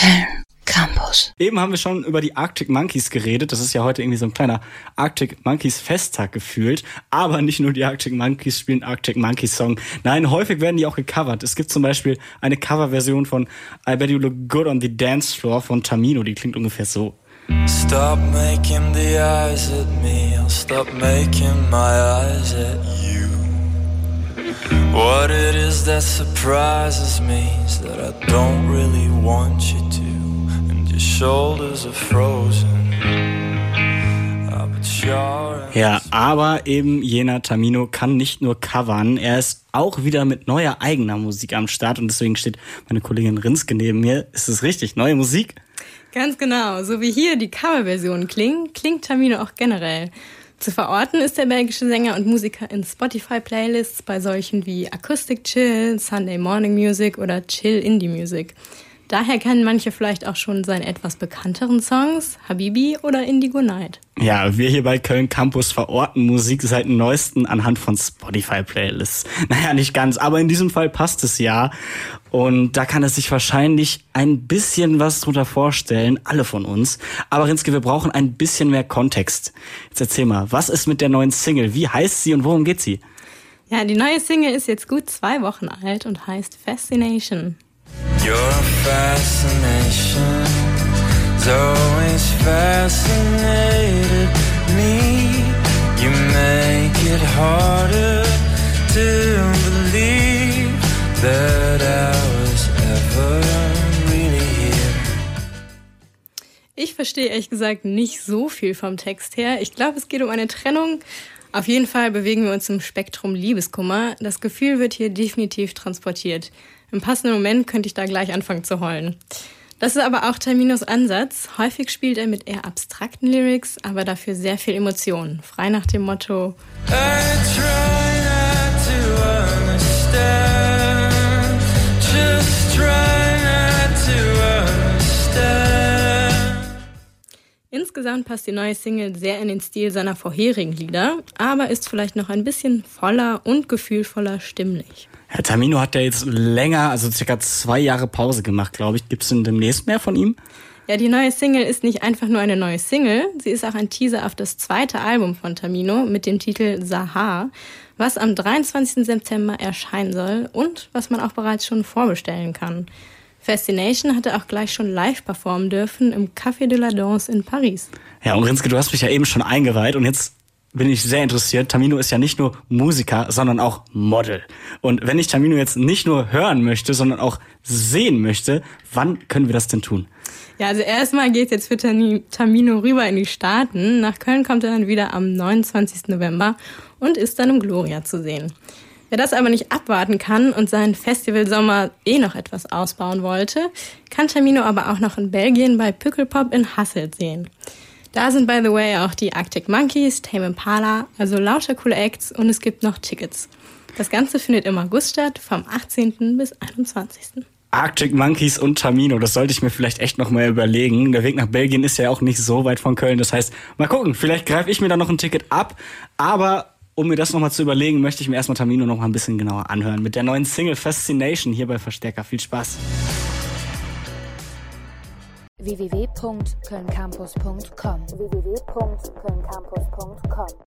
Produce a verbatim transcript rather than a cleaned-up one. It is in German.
Köln Campus. Eben haben wir schon über die Arctic Monkeys geredet. Das ist ja heute irgendwie so ein kleiner Arctic Monkeys Festtag gefühlt. Aber nicht nur die Arctic Monkeys spielen Arctic Monkeys Song. Nein, häufig werden die auch gecovert. Es gibt zum Beispiel eine Coverversion von I Bet You Look Good on the Dance Floor von Tamino. Die klingt ungefähr so. Stop making the eyes at me. I'll stop making my eyes at you. What it is that surprises me is that I don't really want you to. Your shoulders are frozen. Ja, aber eben jener Tamino kann nicht nur covern, er ist auch wieder mit neuer eigener Musik am Start und deswegen steht meine Kollegin Rinske neben mir. Ist es richtig? Neue Musik? Ganz genau. So wie hier die Coverversionen klingen, klingt Tamino auch generell. Zu verorten ist der belgische Sänger und Musiker in Spotify-Playlists bei solchen wie Acoustic Chill, Sunday Morning Music oder Chill Indie Music. Daher kennen manche vielleicht auch schon seine etwas bekannteren Songs, Habibi oder Indigo Night. Ja, wir hier bei Köln Campus verorten Musik seit neuesten anhand von Spotify-Playlists. Naja, nicht ganz, aber in diesem Fall passt es ja. Und da kann es sich wahrscheinlich ein bisschen was drunter vorstellen, alle von uns. Aber Rinske, wir brauchen ein bisschen mehr Kontext. Jetzt erzähl mal, was ist mit der neuen Single? Wie heißt sie und worum geht sie? Ja, die neue Single ist jetzt gut zwei Wochen alt und heißt Fascination. Your fascination's always fascinated me. You make it harder to believe that I was ever really here. Ich verstehe ehrlich gesagt nicht so viel vom Text her. Ich glaube, es geht um eine Trennung. Auf jeden Fall bewegen wir uns im Spektrum Liebeskummer. Das Gefühl wird hier definitiv transportiert. Im passenden Moment könnte ich da gleich anfangen zu heulen. Das ist aber auch Taminos Ansatz. Häufig spielt er mit eher abstrakten Lyrics, aber dafür sehr viel Emotion. Frei nach dem Motto I try not to understand. Just try not to understand. Insgesamt passt die neue Single sehr in den Stil seiner vorherigen Lieder, aber ist vielleicht noch ein bisschen voller und gefühlvoller stimmlich. Herr Tamino hat ja jetzt länger, also circa zwei Jahre Pause gemacht, glaube ich. Gibt es denn demnächst mehr von ihm? Ja, die neue Single ist nicht einfach nur eine neue Single, sie ist auch ein Teaser auf das zweite Album von Tamino mit dem Titel Sahar, was am dreiundzwanzigsten September erscheinen soll und was man auch bereits schon vorbestellen kann. Fascination hatte auch gleich schon live performen dürfen im Café de la Danse in Paris. Ja, und Rinske, du hast mich ja eben schon eingeweiht und jetzt bin ich sehr interessiert. Tamino ist ja nicht nur Musiker, sondern auch Model. Und wenn ich Tamino jetzt nicht nur hören möchte, sondern auch sehen möchte, wann können wir das denn tun? Ja, also erstmal geht's jetzt für Tamino rüber in die Staaten. Nach Köln kommt er dann wieder am neunundzwanzigsten November und ist dann im Gloria zu sehen. Wer das aber nicht abwarten kann und seinen Festivalsommer eh noch etwas ausbauen wollte, kann Tamino aber auch noch in Belgien bei Pukkelpop in Hasselt sehen. Da sind, by the way, auch die Arctic Monkeys, Tame Impala, also lauter coole Acts und es gibt noch Tickets. Das Ganze findet im August statt, vom achtzehnten bis einundzwanzigsten Arctic Monkeys und Tamino, das sollte ich mir vielleicht echt noch mal überlegen. Der Weg nach Belgien ist ja auch nicht so weit von Köln, das heißt, mal gucken, vielleicht greife ich mir da noch ein Ticket ab, aber um mir das nochmal zu überlegen, möchte ich mir erstmal Tamino noch mal ein bisschen genauer anhören. Mit der neuen Single Fascination hier bei Verstärker. Viel Spaß! w w w punkt köln campus punkt com w w w punkt köln campus punkt com